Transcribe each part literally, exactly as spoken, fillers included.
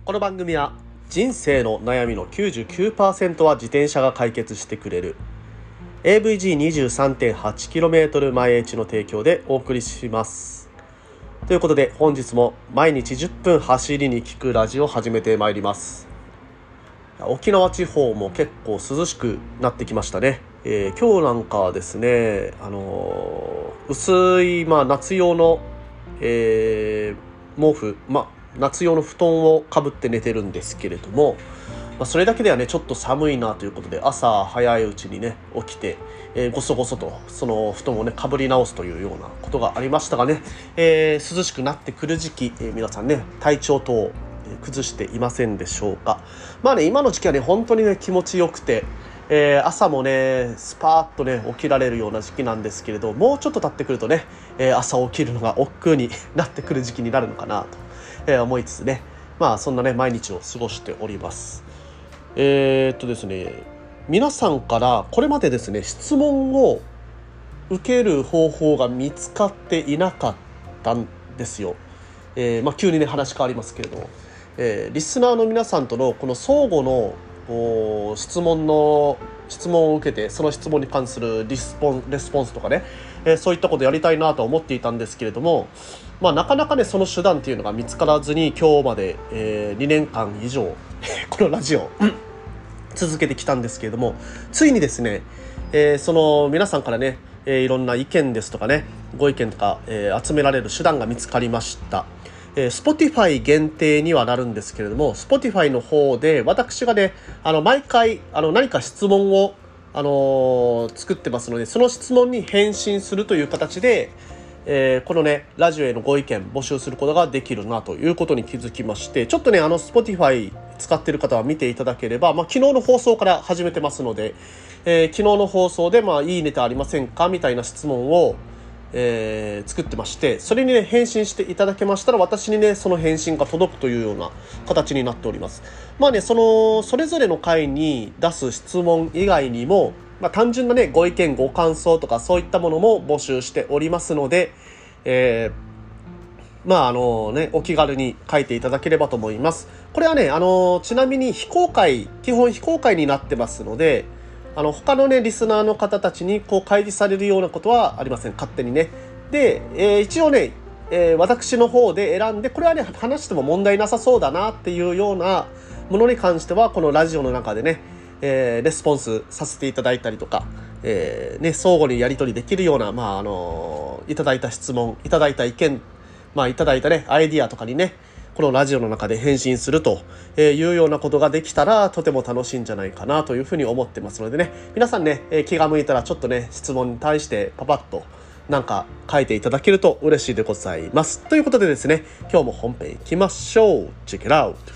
この番組は人生の悩みの きゅうじゅうきゅうパーセント は自転車が解決してくれる エーブイジーにじゅうさんてんはちキロメートル 毎日の提供でお送りします。ということで本日も毎日じゅっぷん走りに聞くラジオを始めてまいります。沖縄地方も結構涼しくなってきましたね。えー、今日なんかはですね、あのー、薄い、まあ、夏用の、えー、毛布、まあ夏用の布団をかぶって寝てるんですけれども、まあ、それだけではねちょっと寒いなということで朝早いうちにね起きて、えー、ごそごそとその布団をねかぶり直すというようなことがありましたがね、えー、涼しくなってくる時期、えー、皆さんね体調等崩していませんでしょうか。まあね今の時期はね本当にね気持ちよくて、えー、朝もねスパーッとね起きられるような時期なんですけれど、もうちょっと経ってくるとね、えー、朝起きるのが億劫になってくる時期になるのかなとえー、思いつつね、まあそんなね毎日を過ごしております。えー、っとですね皆さんからこれまでですね質問を受ける方法が見つかっていなかったんですよ。えー、まあ急にね話変わりますけれども、えー、リスナーの皆さんとのこの相互の質問の質問を受けてその質問に関するリスポンレスポンスとかね、えー、そういったことやりたいなと思っていたんですけれども、まあ、なかなかねその手段っていうのが見つからずに今日まで、えー、にねんかん以上このラジオを続けてきたんですけれども、ついにですね、えー、その皆さんからね、えー、いろんな意見ですとかねご意見とか、えー、集められる手段が見つかりました。えー、Spotify 限定にはなるんですけれども Spotify の方で私がねあの毎回あの何か質問を、あのー、作ってますのでその質問に返信するという形で、えー、このねラジオへのご意見募集することができるなということに気づきまして、ちょっとねあの Spotify 使っている方は見ていただければ、まあ、昨日の放送から始めてますので、えー、昨日の放送で、まあ、いいネタありませんかみたいな質問をえー、作ってまして、それにね返信していただけましたら私にねその返信が届くというような形になっております。まあねそのそれぞれの回に出す質問以外にも、まあ、単純なねご意見ご感想とかそういったものも募集しておりますので、えー、まああのねお気軽に書いていただければと思います。これはねあのちなみに非公開基本非公開になってますので、あの他のねリスナーの方たちにこう開示されるようなことはありません。勝手にね。で、えー、一応ね、えー、私の方で選んでこれはね話しても問題なさそうだなっていうようなものに関してはこのラジオの中でね、えー、レスポンスさせていただいたりとか、えー、ね相互にやり取りできるようなまああのー、いただいた質問いただいた意見まあいただいたねアイディアとかにねこのラジオの中で返信するというようなことができたらとても楽しいんじゃないかなというふうに思ってますのでね、皆さんね気が向いたらちょっとね質問に対してパパッとなんか書いていただけると嬉しいでございます。ということでですね今日も本編いきましょう。チェックアウト。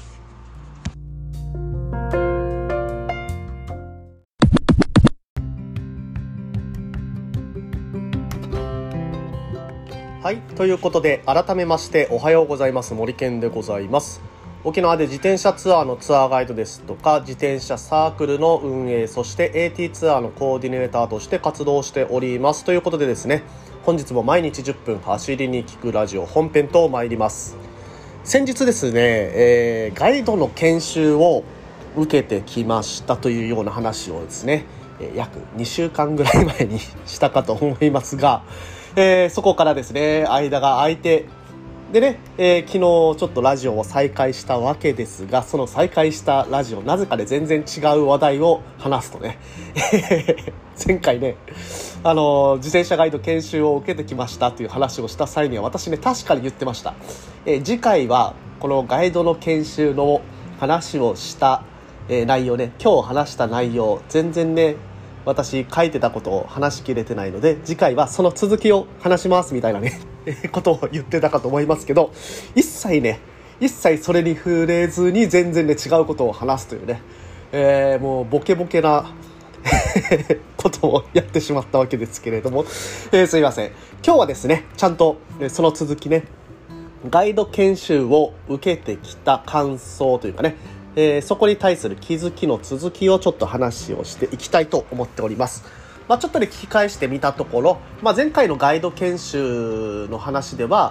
はい、ということで改めましておはようございます。森健でございます。沖縄で自転車ツアーのツアーガイドですとか自転車サークルの運営、そして エーティー ツアーのコーディネーターとして活動しておりますということでですね、本日も毎日じゅっぷん走りに聞くラジオ本編と参ります。先日ですね、えー、ガイドの研修を受けてきましたというような話をですね、約にしゅうかんぐらい前にしたかと思いますが、えー、そこからですね間が空いてでね、えー、昨日ちょっとラジオを再開したわけですが、その再開したラジオなぜかで全然違う話題を話すとね前回ねあの自転車ガイド研修を受けてきましたという話をした際には私ね確かに言ってました。えー、次回はこのガイドの研修の話をした、えー、内容ね今日話した内容全然ね私書いてたことを話しきれてないので次回はその続きを話しますみたいなねことを言ってたかと思いますけど、一切ね一切それに触れずに全然ね違うことを話すというね、えー、もうボケボケなことをやってしまったわけですけれども、えー、すいません。今日はですねちゃんとその続きねガイド研修を受けてきた感想というかね、えー、そこに対する気づきの続きをちょっと話をしていきたいと思っております。まあ、ちょっとね聞き返してみたところ、まあ、前回のガイド研修の話では、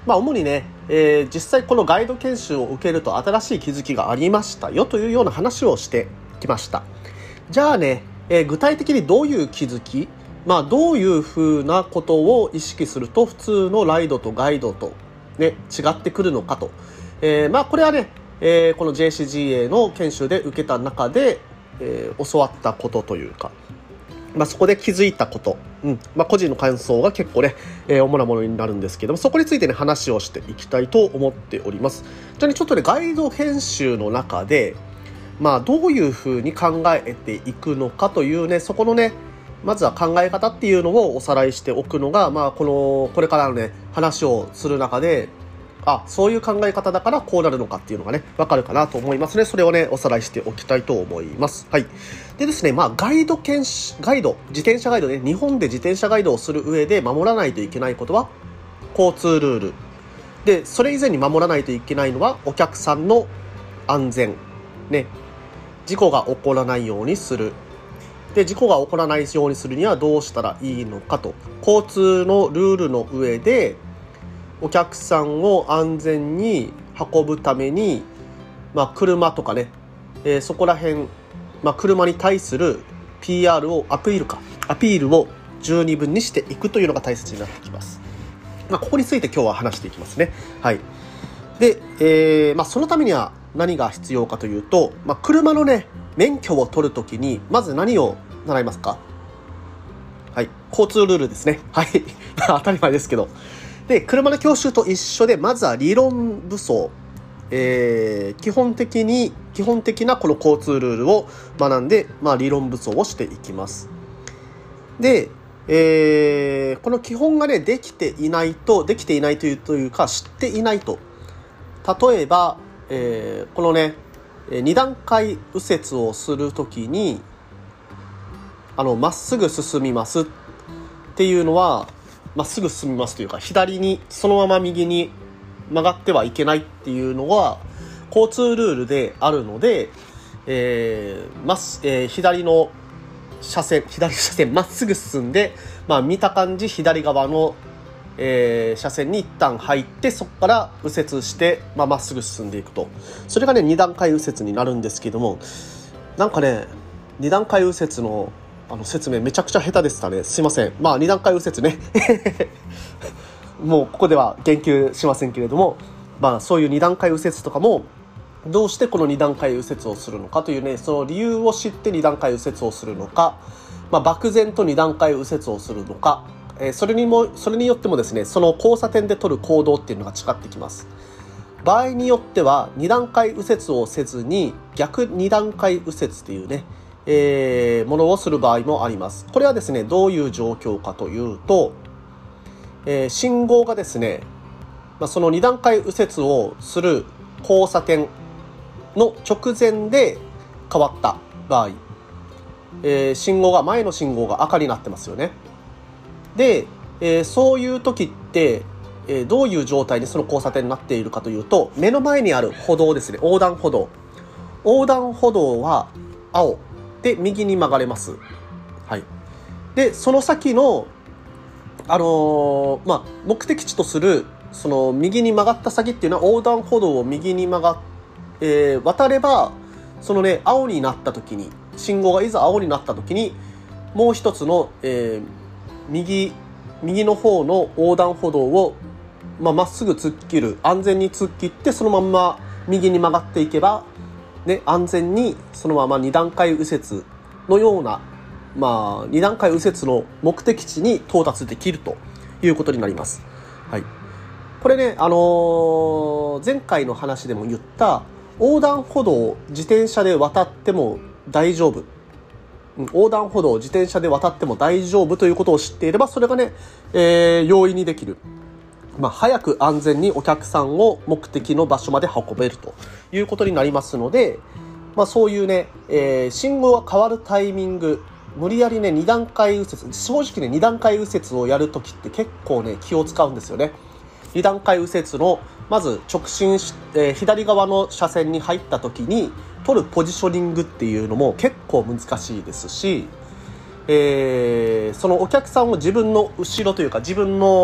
まあ主にね、えー、実際このガイド研修を受けると新しい気づきがありましたよというような話をしてきました。じゃあね、えー、具体的にどういう気づき、まあどういうふうなことを意識すると普通のライドとガイドとね違ってくるのかと、えー、まあこれはね、えー、この ジェーシージーエー の研修で受けた中で、えー、教わったことというか、まあ、そこで気づいたこと、うんまあ、個人の感想が結構ね、えー、主なものになるんですけども、そこについてね話をしていきたいと思っております。じゃあね、ちょっとねガイド編集の中で、まあ、どういうふうに考えていくのかというね、そこのねまずは考え方っていうのをおさらいしておくのが、まあ、このこれからのね話をする中で、あ、そういう考え方だからこうなるのかっていうのがねわかるかなと思いますね。それをねおさらいしておきたいと思います。はい。でですね、まあガイド研修ガイド自転車ガイドね、日本で自転車ガイドをする上で守らないといけないことは交通ルールで、それ以前に守らないといけないのはお客さんの安全ね、事故が起こらないようにする。で、事故が起こらないようにするにはどうしたらいいのかと、交通のルールの上でお客さんを安全に運ぶために、まあ、車とかね、えー、そこら辺、まあ、車に対する ピーアール をアピールかアピールを十二分にしていくというのが大切になってきます。まあ、ここについて今日は話していきますね。はい。で、えーまあ、そのためには何が必要かというと、まあ、車のね免許を取るときにまず何を習いますか？はい、交通ルールですね。はい、当たり前ですけど。で、車の教習と一緒で、まずは理論武装、えー、基本的に基本的なこの交通ルールを学んで、まあ、理論武装をしていきます。で、えー、この基本がねできていないとできていないというというか知っていないと、例えば、えー、このねに段階右折をするときにあのまっすぐ進みますっていうのは、まっすぐ進みますというか左にそのまま右に曲がってはいけないっていうのは交通ルールであるので、えーまっえー、左の車線左車線まっすぐ進んで、まあ、見た感じ左側の、えー、車線に一旦入って、そこから右折してまあ、まっすぐ進んでいくと、それがねに段階右折になるんですけども、なんかねに段階右折のあの説明めちゃくちゃ下手でしたね。すいません。まあに段階右折ねもうここでは言及しませんけれども、まあそういうに段階右折とかもどうしてこのに段階右折をするのかというね、その理由を知ってに段階右折をするのか、まあ、漠然とに段階右折をするのか、えー、それにもそれによってもですね、その交差点で取る行動っていうのが違ってきます。場合によってはに段階右折をせずに逆に段階右折っていうね、えー、ものをする場合もあります。これはですねどういう状況かというと、えー、信号がですね、まあ、そのに段階右折をする交差点の直前で変わった場合、えー、信号が前の信号が赤になってますよね。で、えー、そういう時って、えー、どういう状態でその交差点になっているかというと、目の前にある歩道ですね、横断歩道横断歩道は青で右に曲がれます。はい。でその先のあのー、まあ目的地とするその右に曲がった先っていうのは横断歩道を右に曲がっえー、渡ればそのね青になった時に、信号がいざ青になった時にもう一つの、えー、右右の方の横断歩道をまあ、まっすぐ突っ切る、安全に突っ切ってそのまんま右に曲がっていけば、ね、安全にそのままに段階右折のような、まあ、に段階右折の目的地に到達できるということになります。はい。これね、あのー、前回の話でも言った横断歩道を自転車で渡っても大丈夫、横断歩道を自転車で渡っても大丈夫ということを知っていれば、それがね、えー、容易にできる、まあ、早く安全にお客さんを目的の場所まで運べるということになりますので、まあ、そういうね、えー、信号が変わるタイミング、無理やりねに段階右折、正直ねに段階右折をやるときって結構ね気を使うんですよね。に段階右折のまず直進し、えー、左側の車線に入ったときに取るポジショニングっていうのも結構難しいですし、えー、そのお客さんを自分の後ろというか自分の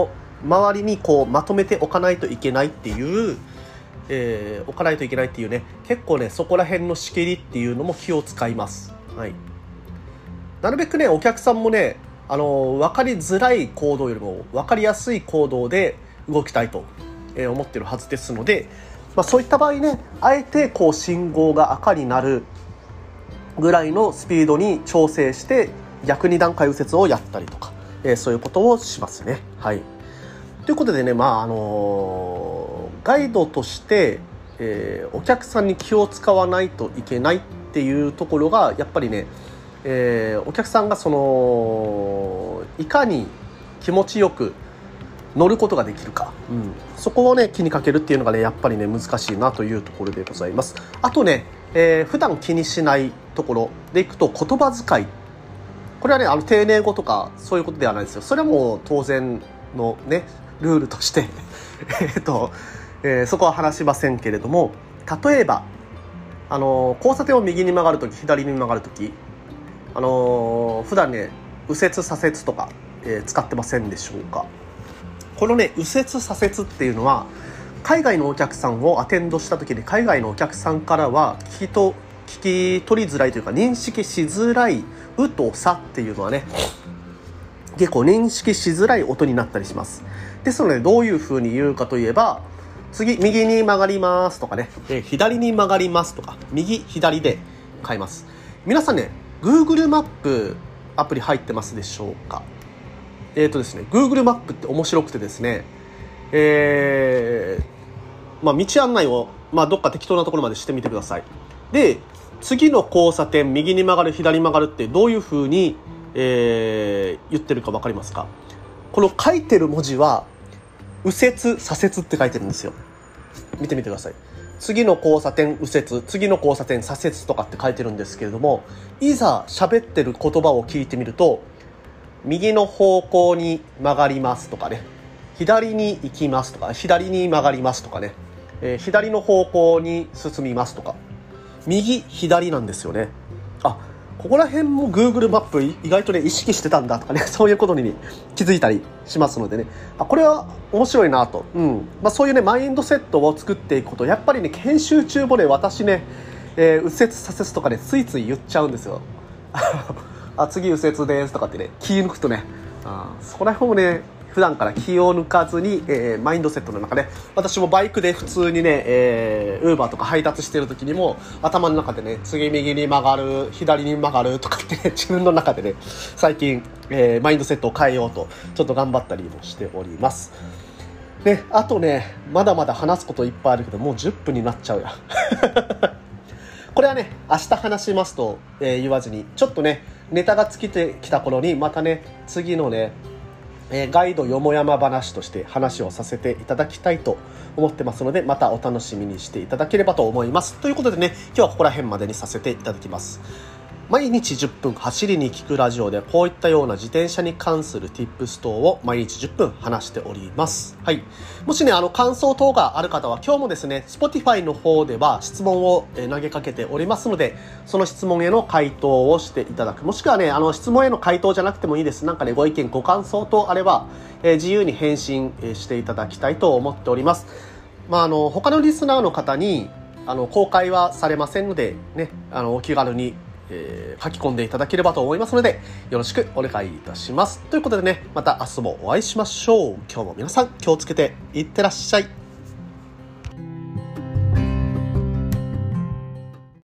周りにこうまとめておかないといけないっていう、えー、置かないといけないっていうね、結構ねそこら辺の仕切りっていうのも気を使います。はい、なるべくねお客さんもね、あの分かりづらい行動よりも分かりやすい行動で動きたいと思ってるはずですので、まあ、そういった場合ね、あえてこう信号が赤になるぐらいのスピードに調整して逆に段階右折をやったりとか、えー、そういうことをしますね。はい、ということでね、まああのー、ガイドとして、えー、お客さんに気を使わないといけないっていうところがやっぱりね、えー、お客さんがそのいかに気持ちよく乗ることができるか、うん、そこをね気にかけるっていうのがねやっぱりね難しいなというところでございます。あとね、えー、普段気にしないところでいくと言葉遣い、これはねあの丁寧語とかそういうことではないですよ。それはもう当然のねルールとしてえっと、えー、そこは話しませんけれども、例えばあの交差点を右に曲がるとき左に曲がるとき、あのー、普段ね右折左折とか、えー、使ってませんでしょうか。このね右折左折っていうのは海外のお客さんをアテンドした時に海外のお客さんからは聞きと聞き取りづらいというか認識しづらいうとさっていうのはね結構認識しづらい音になったりします。ですのでどういう風に言うかといえば、次右に曲がりますとかね、えー、左に曲がりますとか右左で変えます。皆さんね Google マップアプリ入ってますでしょうか。えーとですね Google マップって面白くてですね、えーまあ、道案内を、まあ、どっか適当なところまでしてみてください。で次の交差点右に曲がる左に曲がるってどういう風に、えー、言ってるか分かりますか。この書いてる文字は右折左折って書いてるんですよ。見てみてください。次の交差点右折、次の交差点左折とかって書いてるんですけれども、いざ喋ってる言葉を聞いてみると右の方向に曲がりますとかね、左に行きますとか、左に曲がりますとかね、えー、左の方向に進みますとか、右左なんですよね。あ、ここら辺も Google マップ意外とね意識してたんだとかね、そういうことに気づいたりしますのでね、あ、これは面白いなと、うんまあ、そういうねマインドセットを作っていくこと、やっぱりね研修中もね私ね、えー、右折左折とかねついつい言っちゃうんですよあ、次右折ですとかってね気抜くとね、あ、そこら辺もね普段から気を抜かずに、えー、マインドセットの中で、私もバイクで普通にね、えー、ウーバーとか配達してる時にも頭の中でね次右に曲がる左に曲がるとかってね自分の中でね最近、えー、マインドセットを変えようとちょっと頑張ったりもしておりますね。あとねまだまだ話すこといっぱいあるけどもうじゅっぷんになっちゃうやこれはね明日話しますと、えー、言わずにちょっとねネタが尽きてきた頃にまたね次のねえー、ガイドよもやま話として話をさせていただきたいと思ってますので、またお楽しみにしていただければと思います。ということでね、今日はここら辺までにさせていただきます。毎日じゅっぷん走りに聞くラジオでこういったような自転車に関する Tips 等を毎日じゅっぷん話しております。はい。もしね、あの感想等がある方は今日もですね、Spotify の方では質問を投げかけておりますので、その質問への回答をしていただく。もしくはね、あの質問への回答じゃなくてもいいです。なんかね、ご意見ご感想等あれば、えー、自由に返信していただきたいと思っております。まああの他のリスナーの方にあの公開はされませんのでね、あのお気軽にえー、書き込んでいただければと思いますのでよろしくお願いいたします。ということでね、また明日もお会いしましょう。今日も皆さん気をつけていってらっしゃい。